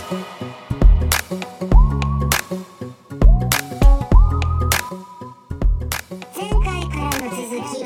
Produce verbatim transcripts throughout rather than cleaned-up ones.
前回からの続き。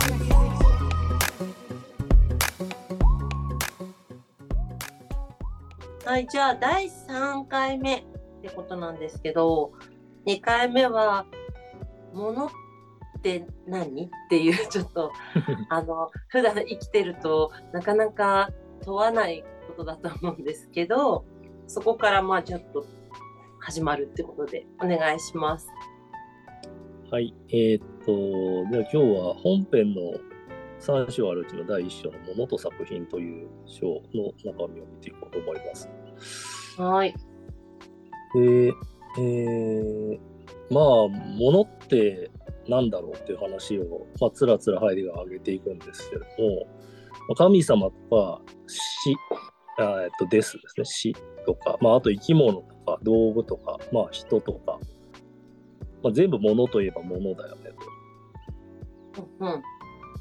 はい、じゃあだいさんかいめってことなんですけど、にかいめはものって何っていうちょっとあの普段生きてるとなかなか問わないことだと思うんですけど、そこからまあちょっと始まるってことでお願いします。 はい、えーっと、では今日は本編のさん章あるうちのだいいっ章のものと作品という章の中身を見ていこうと思います。 はい。 で、えー、まあ、ものって何だろうっていう話を、まあ、つらつらハイデが上げていくんですけれども、まあ神様とか死、あえっと、ですですね、死とか、まあ、あと生き物とか道具とか、まあ、人とか、まあ、全部ものといえばものだよねと。 うんうん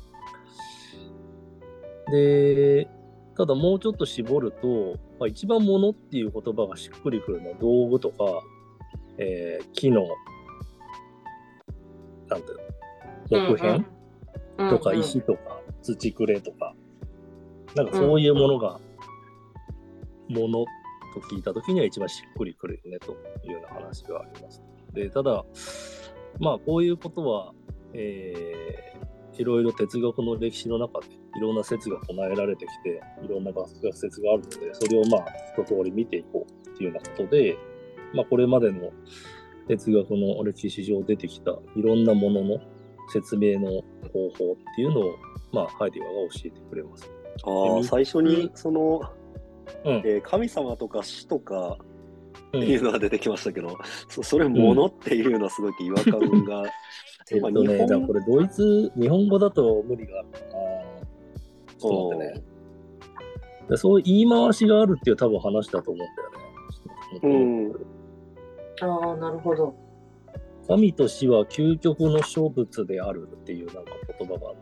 で、ただもうちょっと絞ると、まあ、一番ものっていう言葉がしっくりくるのは道具とか、えー、木の、なんていうの、木片、 うんうん、 とか石とか土くれとか、なんかそういうものがものと聞いたときには一番しっくりくるよねというような話があります。で、ただ、まあこういうことは、えー、いろいろ哲学の歴史の中でいろんな説が唱えられてきて、いろんな学説があるので、それをまあ一通り見ていこうっていうようなことで、まあこれまでの哲学の歴史上出てきたいろんなものの説明の方法っていうのを、まあ、ハイデガーが教えてくれます。 ああ、最初にその、 うんえー神様とか死とかうん、 っていうのが出てきましたけど、そ, それものっていうのはすごく違和感が、 えっとね、だからこれドイツ、日本語だと無理があるかな。ちょっと待ってね。でそういう言い回しがあるっていう多分話だと思うんだよね。 うん、 ああ、なるほど。 神と死は究極の諸物であるっていうなんか言葉があって。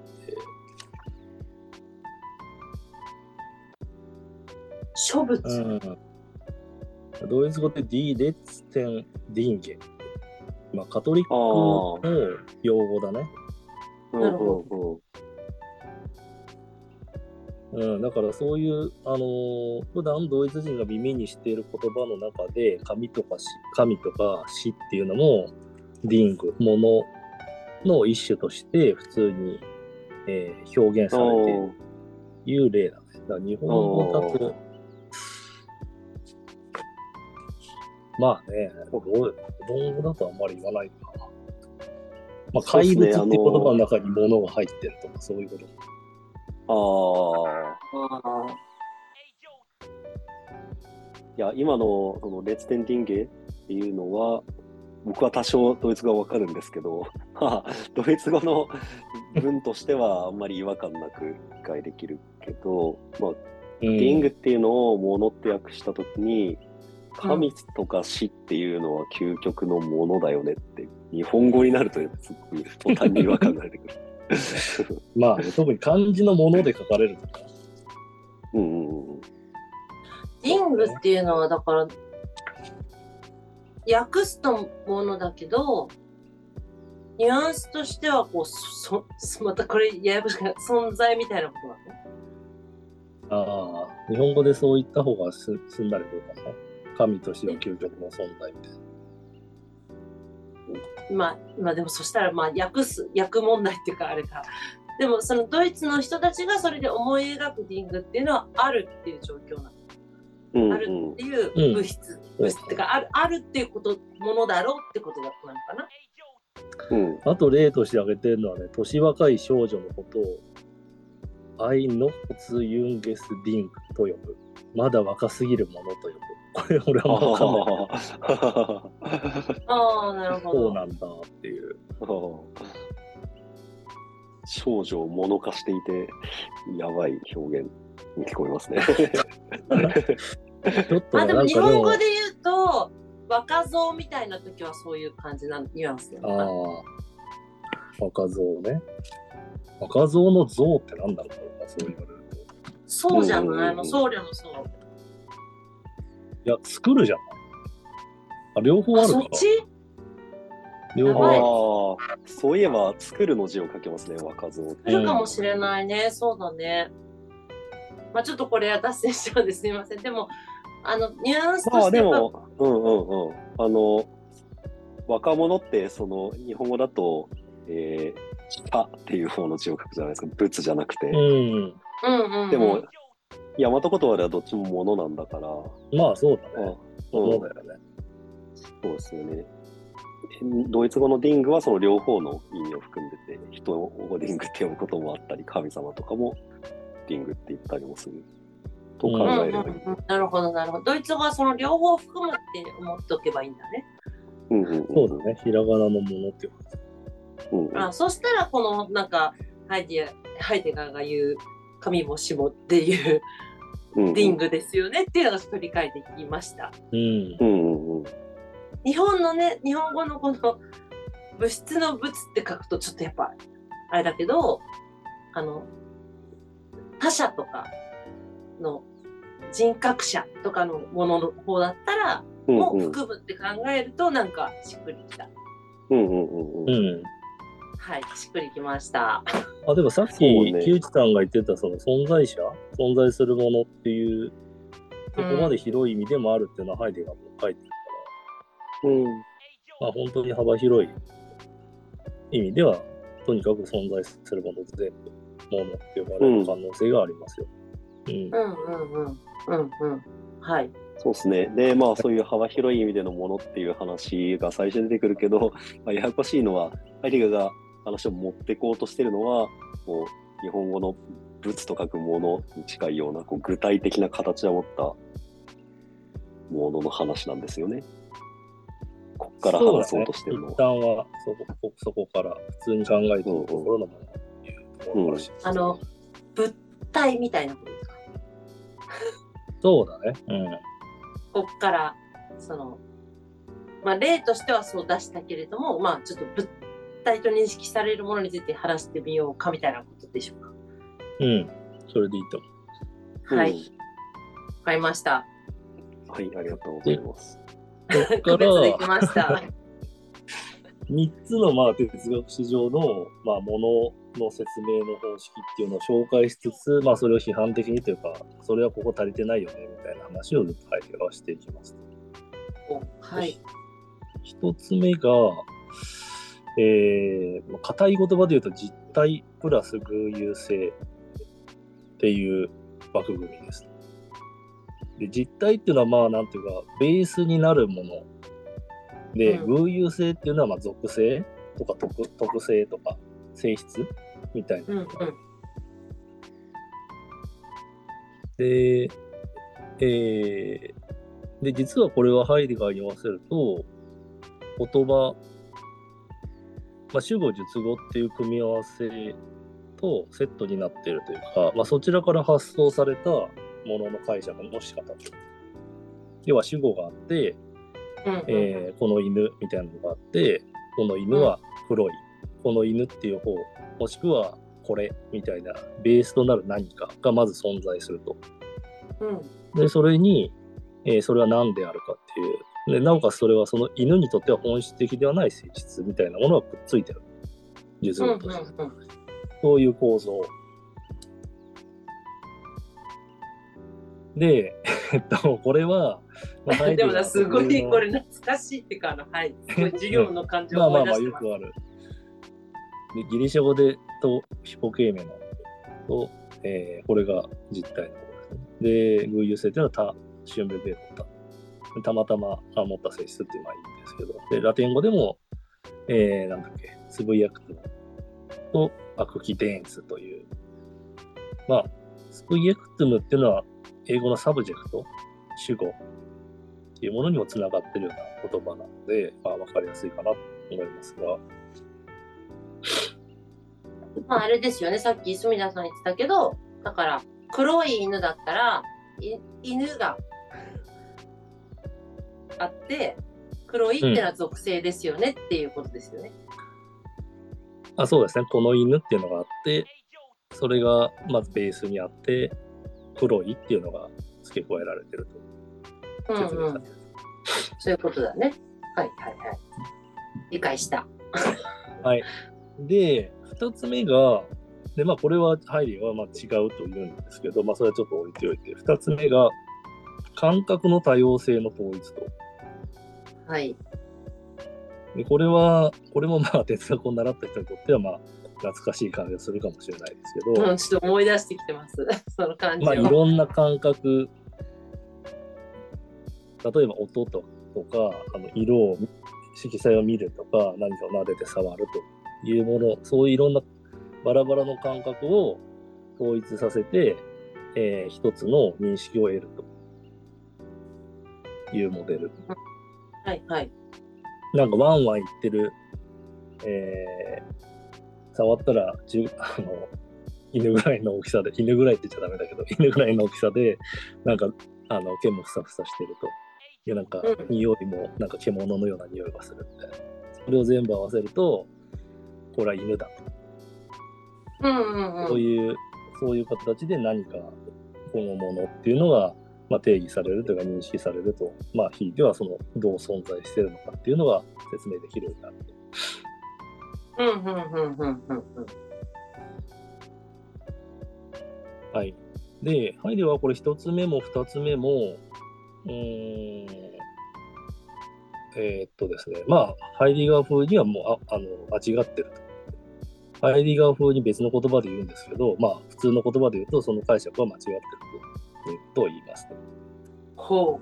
諸物、 うん、ドイツ語で Die letzten Dinge。まあ、カトリックの用語だね。 なるほど。 うん、だからそういう、あのー、普段ドイツ人が耳にしている言葉の中で神とか死、神とか死っていうのもディング、ものの一種として普通に、えー、表現されているという例だね。だから日本語だと、まあね、日本語だとあんまり言わないかな。まあ、怪物って言葉の中に物が入ってるとかそういうこと。 ああ。 いや、今のそのレッツテンディンゲっていうのは、僕は多少ドイツ語はわかるんですけど、ドイツ語の文としてはあんまり違和感なく理解できるけど、まあ、ディングっていうのをものって訳したときに、神とか死っていうのは究極のものだよねって、日本語になるとすごく途端に違和感が出てくる。 まあ、特に漢字のもので書かれるとか。 うんうんうん。 ディングっていうのはだから訳すとものだけど、ニュアンスとしてはこうそまたこれややこしくない存在みたいなことなの？ああ、日本語でそう言った方がすすんだりするかもね。神と死は究極の存在みたいな。 まあ、まあでもそしたらまあ訳す訳問題っていうかあれか。でもそのドイツの人たちがそれで思い描くディングっていうのはあるっていう状況なの。うんうん、あるっていう物質、うん、物質っていうかあるあるっていうことものだろうってことなのかな。 うん、あと例として挙げてるのはね、年若い少女のことをアイノツユンゲスディングと呼ぶ。まだ若すぎるものと呼ぶ。これ俺はわかんない。 ああ、なるほど。 そうなんだっていう。 少女を物化していて、やばい表現に聞こえますね。 ちょっとまあでも日本語で言うと、若造みたいな時はそういう感じなニュアンスなのかな。ああ、若造ね。若造の像ってなんだろうな、そう言われると。 そうじゃないの、僧侶の僧。 いや、作るじゃない。あ、両方ああ、 るか。 そっち両方やばいああ、そういえば作るの字を書けますね、若造って。 あるかもしれないね。そうだね。まあちょっとこれは脱線しちゃうんですいません。でも、あの、ニュアンスとまあしては、 でも、うんうんうん。あの、若者ってその日本語だと、えー、したっていう方の字を書くじゃないですか。仏じゃなくて。 うん。 うんうん、うん。 でも、大和言葉ではどっちもものなんだから、 まあそうだあね。 うんそうだよね。 そうですよね。ドイツ語のディングはその両方の意味を含んでて、人をディングって呼ぶこともあったり、神様とかもディングって言ったりもすると考うんうんえればいい。 うん、なるほど、なるほど。ドイツ語はその両方含むって思っておけばいいんだね。 うんうんうんそうだね。ひらがなのものっていうこと。 うんうんあ、そしたら、この、なんか、ハイディハイデガーが言う、神もしもっていううんうんディングですよねっていうのがちょっと理解できました。 うんう。んうんうん日本のね、日本語のこの物質の物って書くとちょっとやっぱ、あれだけど、あの、他者とかの人格者とかのものの方だったら、 うんもう含むって考えるとなんかしっくりきた。 うんうんうんうんうん。 はい、しっくりきました。 あ、でもさっそうき、 ね木内さんが言ってたその存在者、存在するものっていう、そこまで広い意味でもあるっていうのはハイデガーも書いてるから、 うんまあ本当に幅広い意味では、とにかく存在するもの全部、ものって呼ばれる可能性がありますよ。うん。 うんうんうん。うんうん。はい。 そうですね。で、まあそういう幅広い意味でのものっていう話が最初に出てくるけど、まあ、ややこしいのは、ハイデガーが話を持ってこうとしてるのは、こう日本語の物と書くものに近いようなこう具体的な形を持ったものの話なんですよね。こっから話そうとしてるのは。 一旦はそこ、そこから普通に考えているところのものっていうところからしあの、物体みたいなことですか。 そうだね。うん。 こっから、その、まあ例としてはそう出したけれども、まあちょっと物体と認識されるものについて話してみようかみたいなことでしょうか。 うん。それでいいと思う。 はい。 うんわかりました。 はい、ありがとうございます。 そっか区別できら、 ました。 みっつのまあ哲学史上の、まあ、ものの説明の方式っていうのを紹介しつつ、まあ、それを批判的にというか、それはここ足りてないよねみたいな話をずっと背景はしていきます。 おはい。 一つ目が、えー、硬い言葉で言うと実体プラス偶有性っていう枠組みです。で、実体っていうのはまあなんていうか、ベースになるもの。で、 うん偶有性っていうのはまあ属性とか 特, 特性とか性質みたいな。 うんうん。 で、えー、で、実はこれはハイデガーに言わせると、言葉、まあ、主語、述語っていう組み合わせとセットになっているというか、まあ、そちらから発想されたものの解釈の仕方。要は主語があって、 うんうんえーこの犬みたいなのがあって、この犬は黒い、この犬っていう方、もしくはこれみたいなベースとなる何かがまず存在すると。 うんで、それに、えーそれは何であるかっていう。で、なおかつそれはその犬にとっては本質的ではない性質みたいなものがくっついてる。術うんうん語として。 うん。 そういう構造。で、えっと、これは、まあでもな、すごいこれね。 懐かしいっていうか、あの、はい。すごい授業の感情をまあまあまあ、 思い出してます。 よくある。でギリシャ語でとヒポケーメのと、えーこれが実体のことですね。で、偶有性というのは他、シュンベベーコタ。たまたま持った性質っていうのはいいんですけど、で、ラテン語でも、えー、なんだっけ、ツブヤクトとアクキテンスという、まあ、スプイエクトゥムっていうのは英語のサブジェクト、主語っていうものにもつながってるような言葉なので、まあ、わかりやすいかなと思いますが、 まあ、あれですよね。さっき住田さん言ってたけど、だから、黒い犬だったら、い犬があって、黒いっていうのは属性ですよねっていうことですよね。 あ、そうですね。この犬っていうのがあって、それがまずベースにあって、黒いっていうのが付け加えられてると。 説明される。 そういうことだね。はいはいはい。理解した。 はい。で、二つ目が、で、まあ、これは、ハイリーはまあ違うと言うんですけど、まあ、それはちょっと置いておいて、二つ目が、感覚の多様性の統一と。 はい。 で、これは、これもまあ、哲学を習った人にとっては、まあ、懐かしい感じがするかもしれないですけど、 うん、ちょっと思い出してきてます。その感じを。 まあ、いろんな感覚、例えば音とか、あの色を、色彩を見るとか、何かを撫でて触るというもの、そういういろんなバラバラの感覚を統一させて、えー一つの認識を得るというモデル。 はいはい。 なんかワンワン言ってる、えー触ったらじゅあの犬ぐらいの大きさで、犬ぐらいって言っちゃダメだけど、犬ぐらいの大きさで、なんかあの毛もふさふさしてると。いやなんかうん匂いもなんか獣のような匂いがするみたいな。それを全部合わせると、これは犬だと。 うんうんうん。 そういう、そういう形で何かこのものっていうのが、まあ、定義されるというか認識されると、まあ、ひいてはそのどう存在しているのかっていうのが説明できるようになると。 うんうんうんうんうんうん。 はい。で、ハイデはこれ一つ目も二つ目も、うーん、えーっとですね、まあ、ハイデガー風にはもう、あ、あの、間違ってると。ハイデガー風に別の言葉で言うんですけど、まあ、普通の言葉で言うと、その解釈は間違ってるということを言いますね。 ほ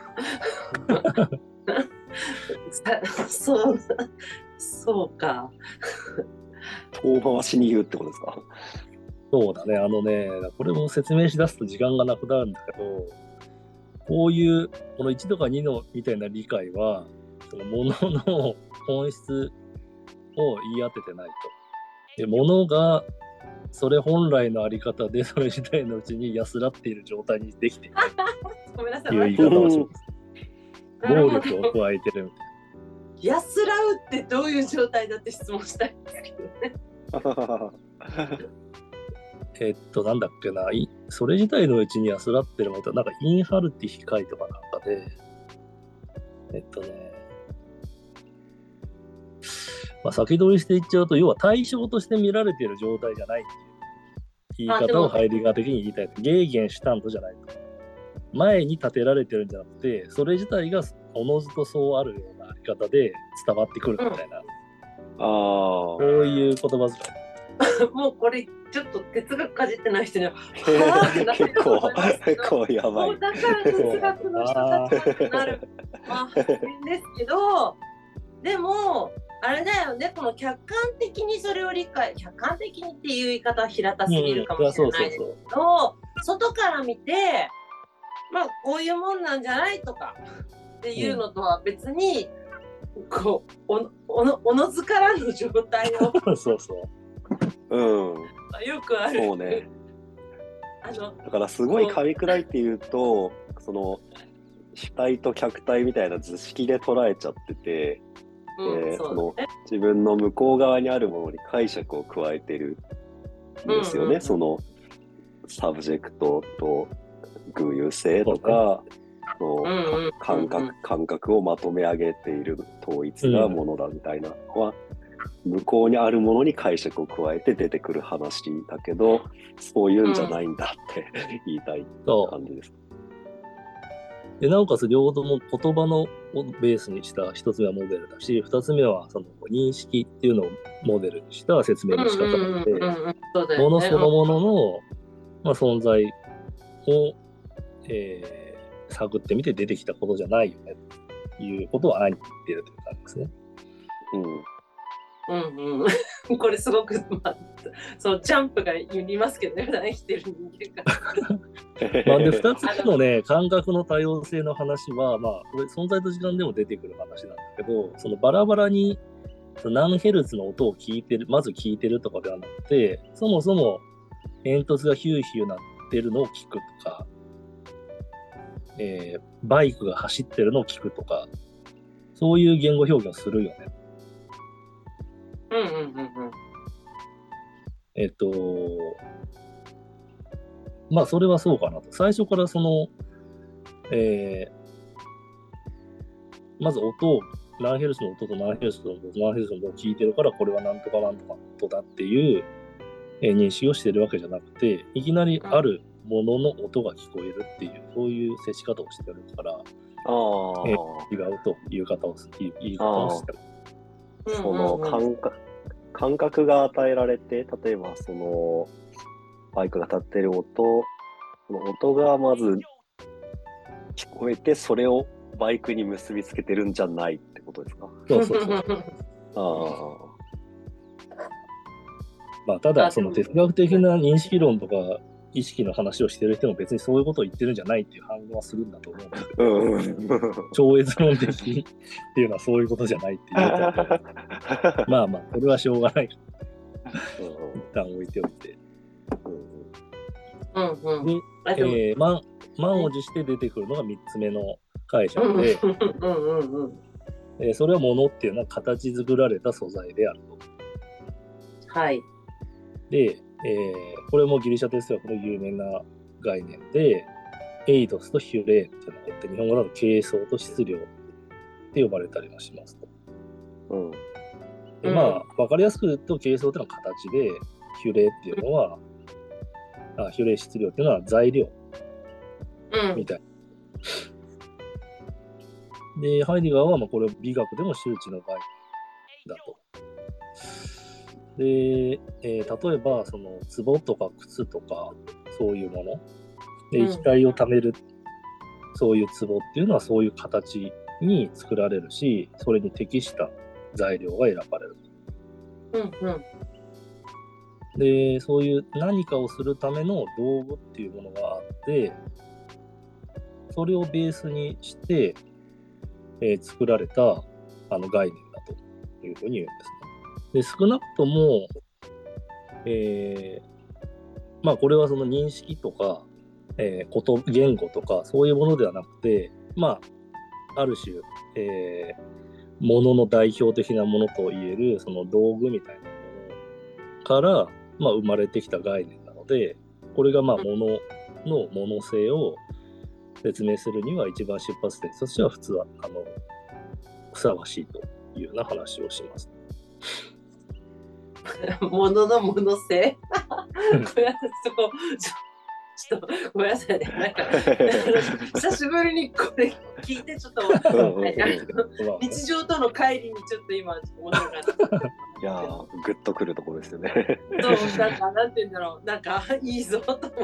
う。さそう、そうか。 遠回しに言うってことですか？ そうだね、あのね、これも説明しだすと時間がなくなるんだけど、こういう、このいちとかにのみたいな理解は、そのものの本質を言い当ててないと。で、ものが、それ本来のあり方で、それ自体のうちに安らっている状態にできているごめんなさい。 という言い方をします。 なるほど暴力を加えてるみたい安らうってどういう状態だって質問したいんですけどね。 な。えっと、なんだっけな、いそれ自体のうちに安らってるものと、なんかインハルティヒカイとかなんかで、えっとね、まあ、先取りしていっちゃうと、要は対象として見られている状態じゃないっていう言い方をハイデガー的に言いたい。ゲーゲンシュタントじゃないと。前に立てられてるんじゃなくて、それ自体がおのずとそうあるようなあり方で伝わってくるみたいな、 ああ。 こういう言葉遣い。 もうこれちょっと哲学かじってない人には、はぁってなってる結構と思います、けど結構やばいもう。だから哲学の人たちがってなる、まあ、変ですけど、でも、あれだよね、この客観的にそれを理解、客観的にっていう言い方は平たすぎるかもしれないですけど、外から見て、まあ、こういうもんなんじゃないとかっていうのとは別に、こう、お、おの、おのずからの状態を、 そうそう。 うん。 よくある。 そうね。 あの、 だからすごい噛み砕いて言うと、その主体と客体みたいな図式で捉えちゃってて、 うんえーそのそうだね。 自分の向こう側にあるものに解釈を加えてるんですよね。 うんうんうんそのサブジェクトと偶有性とか、そのうんうんうん感覚、感覚をまとめ上げている統一なものだみたいなのは、向こうにあるものに解釈を加えて出てくる話だけど、そういうんじゃないんだって言いたいそう感じです。 でなおかつ両方とも言葉のをベースにした一つ目はモデルだし、二つ目はその認識っていうのをモデルにした説明の仕方なので、 うんうんうんうんそうだよねものそのものの、まあ、存在を、えー探ってみて出てきたことじゃないよねということを暗に言っているという感じですね。 うん。 うんうん、これすごく、まあ、そのジャンプがいりますけどね、普段生きてる人間が。 まあ、でふたつめのね、感覚の多様性の話は、まあ、これ存在と時間でも出てくる話なんだけど、そのバラバラに何ヘルツの音を聞いてる、まず聞いてるとかではなくて、そもそも煙突がヒューヒューなってるのを聞くとか、えーバイクが走ってるのを聞くとか、そういう言語表現をするよね。 うんうんうんうん。 えっと、まあ、それはそうかなと。最初からその、えーまず音を、何ヘルツの音と何ヘルツの音と何ヘルツの音を聞いてるから、これはなんとかなんとかの音だっていう、えー認識をしてるわけじゃなくて、いきなりあるものの音が聞こえるっていう、そういう接し方をしてるから、 ああ、 えー違うという方を言い言い方をしてる。 その感覚、感覚が与えられて、例えばそのバイクが立ってる音、その音がまず聞こえて、それをバイクに結びつけてるんじゃないってことですか？ そうそうそう。 あまあ、ただ、その哲学的な認識論とか意識の話をしてる人も別にそういうことを言ってるんじゃないっていう反応はするんだと思うんですけあ、 ど、 うん。 超越論的っていうのはそういうことじゃないっていうと思うんですまあまあ、これはしょうがない。一旦置いておいて。 うんうん。 で、 あでもえー満満を持して出てくるのがみっつめの解釈で、 うんうんうん。 えーそれは物っていうのは形作られた素材であると。 はい。 で、えーこれもギリシャ哲学の有名な概念で、エイドスとヒュレーっていうのがあって、日本語だと形相と質量って呼ばれたりもしますと。 うん。 でまあ、わかりやすく言うと、形相っていうのは形で、ヒュレーっていうのは、あヒュレー質量っていうのは材料うんみたいな。で、ハイディガーはまあこれを美学でも周知の概念だと。で、えー例えば、その、壺とか靴とか、そういうもの。で、 うん液体を貯める、そういう壺っていうのはそういう形に作られるし、それに適した材料が選ばれる。 うんうん。 で、そういう何かをするための道具っていうものがあって、それをベースにして、えー作られたあの概念だというふうに言うんですね。で、少なくとも、えーまあこれはその認識とか、えー、こと言語とかそういうものではなくて、まあある種、えー、ものの代表的なものといえるその道具みたいなものから、まあ、生まれてきた概念なので、これがまあもののもの性を説明するには一番出発点としては普通はあのふさわしいというような話をします。 もののもの性ごめんなさい、そこ、ちょちょっとごめんなさいね。なんか久しぶりにこれ聞いて、ちょっと日常との乖離にちょっと今、面白かった。 いやー、グッとくるところですよね。 そう、なんか、なんて言うんだろう、なんか、いいぞと思って。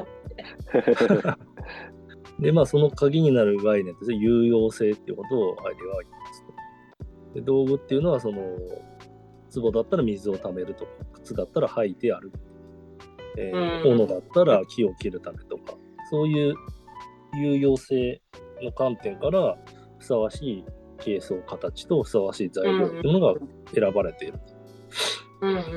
で、まあ、その鍵になる概念として有用性っていうことを相手は言いますと。で、道具っていうのは、その、壺だったら水をためるとか、靴だったら履いてやる。えー、斧だったら木を切るためとか、そういう有用性の観点からふさわしい形相、形とふさわしい材料っていうのが選ばれている。 うんうん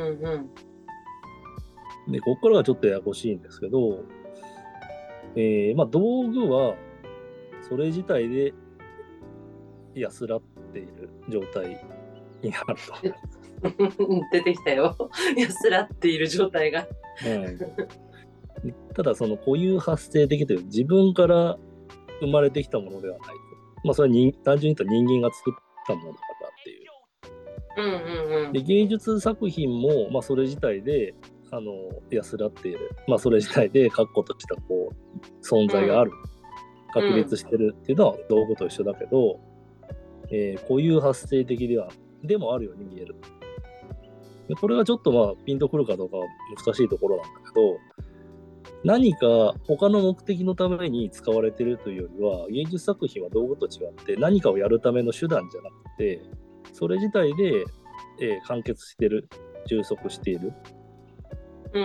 うん。 で、ここからはちょっとややこしいんですけど、えー、まあ道具はそれ自体で安らっている状態になると。 出てきたよ。安らっている状態が。 うん、ただその固有発生的という自分から生まれてきたものではないと。まあそれは人単純に言うと人間が作ったものだからっていう。 うんうんうん。 で芸術作品もまあそれ自体であの安らっている。まあそれ自体で確固としたこう存在がある。 うん、 確立してるっていうのは道具と一緒だけど、えー、固有発生的ではでもあるように見える。でこれがちょっとまあピンとくるかどうかは難しいところなんだけど、何か他の目的のために使われているというよりは、芸術作品は道具と違って何かをやるための手段じゃなくて、それ自体で、えー、完結している、充足している。 うん、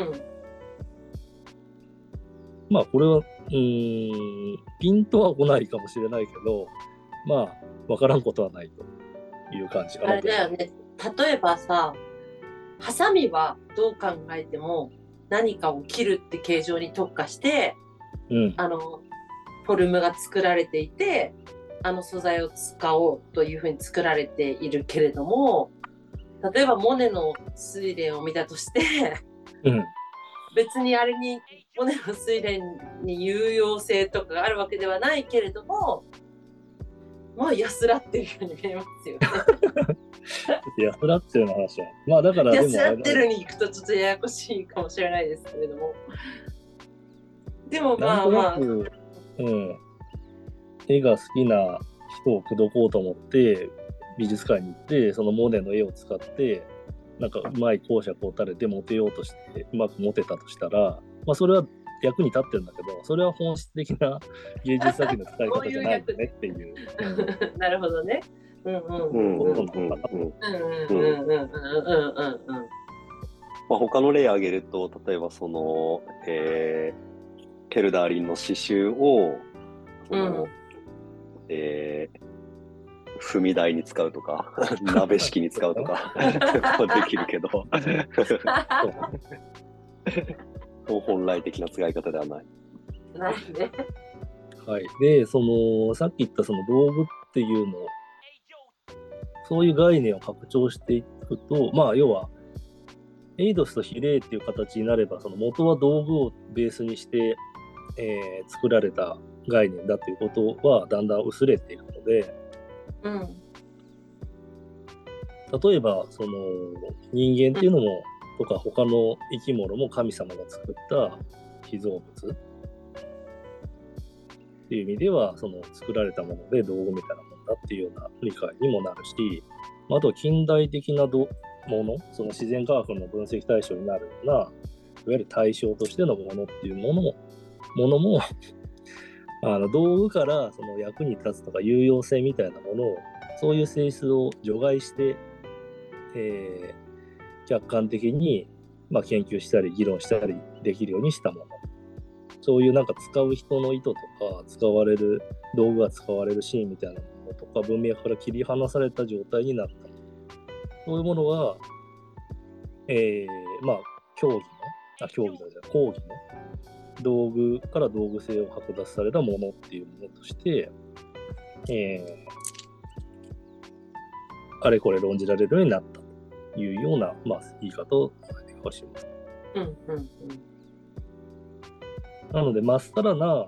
まあこれはうーんピンとは来ないかもしれないけど、まあ分からんことはないという感じかなと。 あれだよね。例えばさ、ハサミはどう考えても何かを切るって形状に特化して、 うん、 あのフォルムが作られていて、あの素材を使おうというふうに作られているけれども、例えばモネの睡蓮を見たとして、 うん、 別にあれにモネの睡蓮に有用性とかがあるわけではないけれども、 まあ安らってるように見えますよね。 安らってるの話は。まあだからでも安らってるに行くとちょっとややこしいかもしれないですけれども。でもまあまあ。 なんとなく、うん。絵が好きな人を口説こうと思って美術館に行って、そのモネの絵を使って、なんかうまい講釈を垂れてモテようとしてうまくモテたとしたら、まあそれは役に立ってるんだけど、それは本質的な芸術作品の使い方じゃないよねっていう。 なるほどね。うんうんうんうんうんうんうんうんうんうんうん。 まあ他の例挙げると、例えばその、えー、ケルダーリンの刺繍をその、うん、えー、踏み台に使うとか鍋敷に使うとかできるけど本来的な使い方ではない。 ないね。 はい。で、そのさっき言ったその道具っていうのを、そういう概念を拡張していくと、まあ要はエイドスと比例っていう形になれば、その元は道具をベースにして、えー、作られた概念だということはだんだん薄れていくので、 うん、 例えばその人間っていうのも、とか他の生き物も神様が作った被造物っていう意味では、その作られたもので道具みたいなものだっていうような理解にもなるし、あとは近代的などもの、その自然科学の分析対象になるような、いわゆる対象としてのものっていうものも、ものもあの道具からその役に立つとか有用性みたいなものを、そういう性質を除外して、えー客観的に、まあ、研究したり議論したりできるようにしたもの、そういうなんか使う人の意図とか使われる道具が使われるシーンみたいなものとか文脈から切り離された状態になった、そういうものが、えー、まあ競技のあ競技のじゃ講義の道具から道具性を剥奪されたものっていうものとして、えー、あれこれ論じられるようになったいうような、まあ、言い方をします。 うんうんうん、 なので、まっさらなも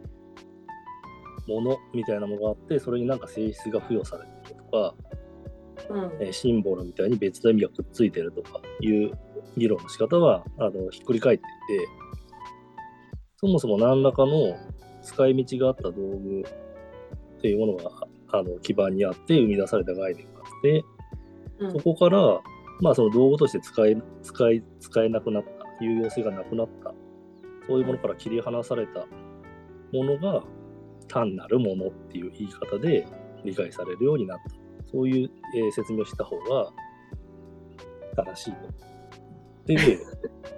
のみたいなものがあって、それになんか性質が付与されているとか、 うんえー、シンボルみたいに別の意味がくっついているとかいう議論の仕方はあのひっくり返っていて、そもそも何らかの使い道があった道具っていうものがあの基盤にあって生み出された概念があって、そこから、まあ、その道具として使え、使い、使えなくなった、有用性がなくなった、そういうものから切り離されたものが単なるものっていう言い方で理解されるようになった。そういう、えー、説明をした方が正しいと。っていう。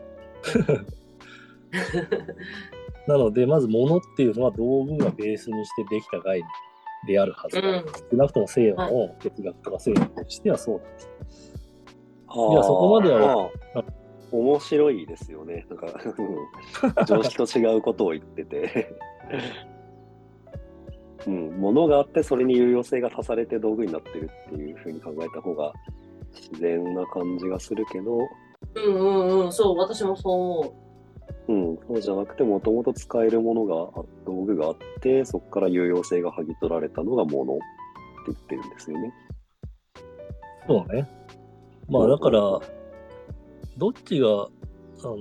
なので、まず物っていうのは道具がベースにしてできた概念であるはずだ。 うん、 少なくとも西洋の哲学とか西洋としてはそうなんです。 いや、そこまでは面白いですよね。なんか常識と違うことを言ってて、うん、物があってそれに有用性が足されて道具になってるっていうふうに考えた方が自然な感じがするけど、 うんうんうん、そう、私もそう思う。 うん、そうじゃなくて、もともと使えるものが、道具があって、そこから有用性が剥ぎ取られたのが物って言ってるんですよね。 そうね。まあだから、どっちが、あの、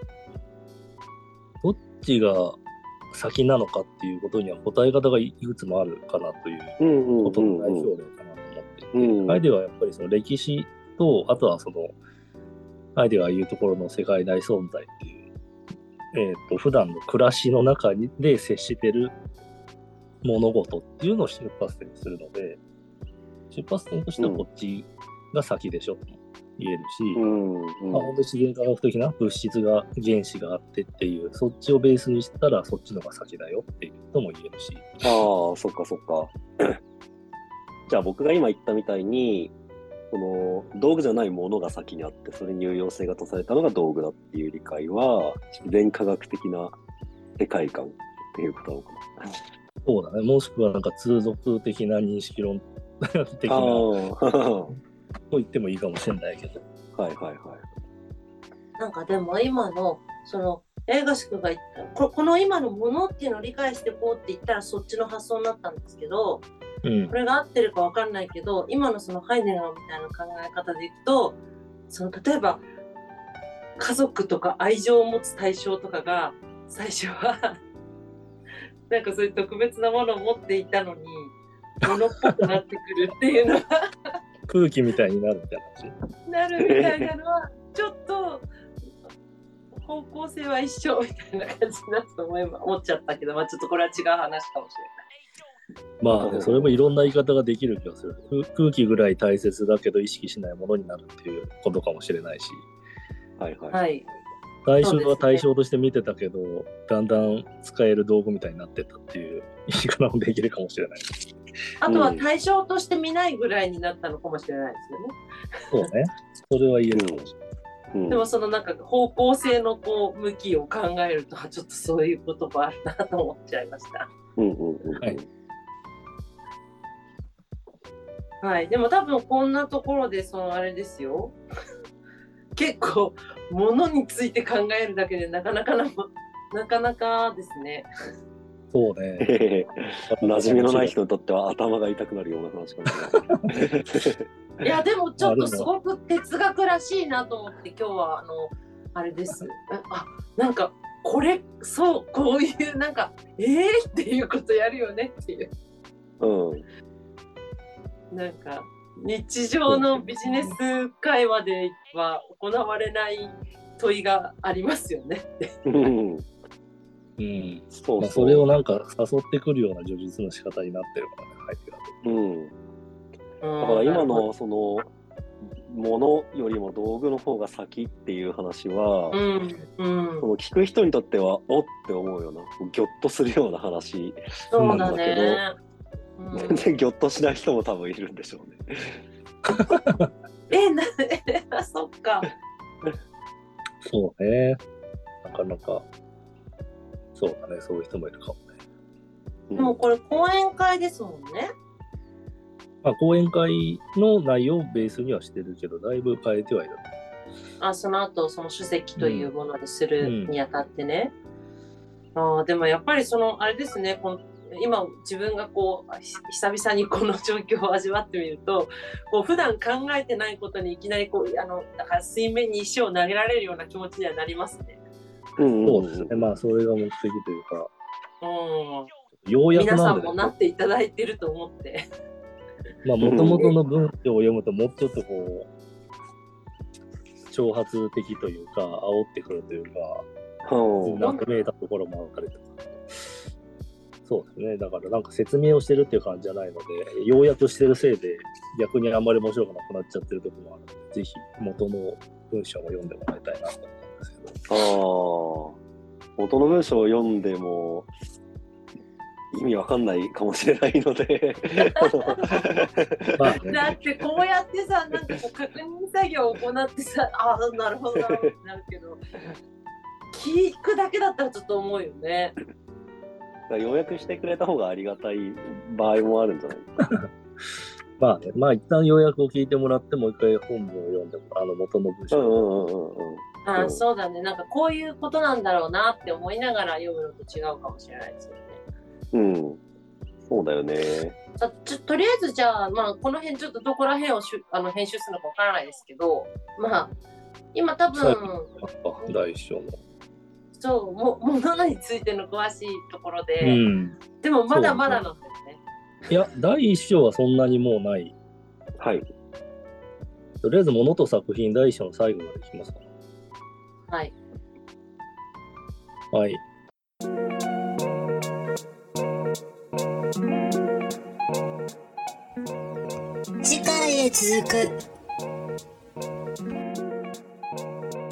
どっちが先なのかっていうことには答え方がいくつもあるかなということの代表例かなと思っていて、うんうん、アイデアはやっぱりその歴史と、あとはその、アイデアが言うところの世界大存在っていう、えーと、普段の暮らしの中で接している物事っていうのを出発点にするので、出発点としてはこっちが先でしょと言えるし、うんうんまあ、本当に自然科学的な物質が原子があってっていう、そっちをベースにしたらそっちのが先だよっていうとも言えるし。 ああ、そっかそっか。じゃあ僕が今言ったみたいに、この道具じゃないものが先にあって、それに有用性が足されたのが道具だっていう理解は、自然科学的な世界観っていうことなのかな。 そうだね。もしくはなんか通俗的な認識論的なと言ってもいいかもしれないけど。 はいはいはい。 なんかでも今のその映画宿が言ったこ、この今のものっていうのを理解してこうって言ったらそっちの発想になったんですけど、 うんこ。れが合ってるか分かんないけど、今のそのハイデガーみたいな考え方でいくと、その例えば家族とか愛情を持つ対象とかが最初はなんかそういう特別なものを持っていたのに物っぽくなってくるっていうのは空気みたいになるみたいな話。 なるみたいなのはちょっと方向性は一緒みたいな感じだと思い思っちゃったけど、まあ、ちょっとこれは違う話かもしまあね、それもいろんな言い方ができる気がする。空空気ぐらい大切だけど意識しないものになるっていうことかもしれないし、 はいはい。 れない。はい最初は対象として見てたけど、だんだん使える道具みたいになってたっていう言い方もできるかもしれない。 あとは対象として見ないぐらいになったのかもしれないですよね。 そうね。それは言えるかもしれない。 うんでもそのなんか方向性のこう向きを考えるとちょっとそういう言葉あるなと思っちゃいました。 うんうんうん。 はいはい、でも多分こんなところでそのあれですよ。結構物について考えるだけでなかなかななかなかですね。 そうね。 へへへ馴染みのない人にとっては頭が痛くなるような話かもしれない。 いやでもちょっとすごく哲学らしいなと思って今日はあのあれです。あ、なんかこれそうこういうなんかえーっていうことやるよねっていう。 うん。 なんか日常のビジネス会話では行われない問いがありますよね。 うん。 うん。 そうそう。 まあ、それをなんか誘ってくるような叙述の仕方になってるからね、はいてがうん。だから今のそのものよりも道具の方が先っていう話は、 うんうんその聞く人にとってはおって思うようなギョッとするような話そうだなんだけど、 ね。 全然ギョッとしない人も多分いるんでしょうね。 えなえそっか。 そうね。なかなか、そうだね、そういう人もいるかもね。 うんでもこれ講演会ですもんね。 まあ、講演会の内容をベースにはしてるけど、だいぶ変えてはいる。 あその後その書籍というものでするにあたってね。うん、あでもやっぱりそのあれですね。この今自分がこう久々にこの状況を味わってみると、こう普段考えてないことにいきなりこうあのだから水面に石を投げられるような気持ちにはなりますね。 うんそうですね。まあ、それが目的というか、 うん。 ようやく皆さなんんで、ね、 もなっていただいてると思って。 まあ、もともとの文章を読むと、もうちょっとこう、挑発的というか、煽ってくるというか、 うんなんかめいたところもあったりとか。そうですね。だからなんか説明をしてるっていう感じじゃないので、要約してるせいで逆にあんまり面白くなくなっちゃってるところもあるので、ぜひ元の文章も読んでもらいたいなと思うんですけど。 ああ、元の文章を読んでも意味わかんないかもしれないのでまあね、 だってこうやってさ、なんかこう確認作業を行ってさ、ああ、なるほどなるほどってなるけど、聞くだけだったらちょっと思うよね。 要約してくれた方がありがたい場合もあるんじゃないですか。 まあね、まあ一旦要約を聞いてもらって、もう一回本文を読んでも、あの元の文章うんを。 うんうんうんうん。 ああ、 うんそうだね。なんかこういうことなんだろうなって思いながら読むのと違うかもしれないですよね。 うん。そうだよね。 さちょとりあえずじゃあ、まあ、この辺ちょっとどこら辺をしゅあの編集するのかわからないですけど、まあ、今多分、 あ第一章の。 そうも、ものについての詳しいところで、 うん。 でもまだまだなんだよね。 いや、第一章はそんなにもうない。 はい。 とりあえず物と作品第一章の最後までいきますか。 はい。 はい。 次回へ続く。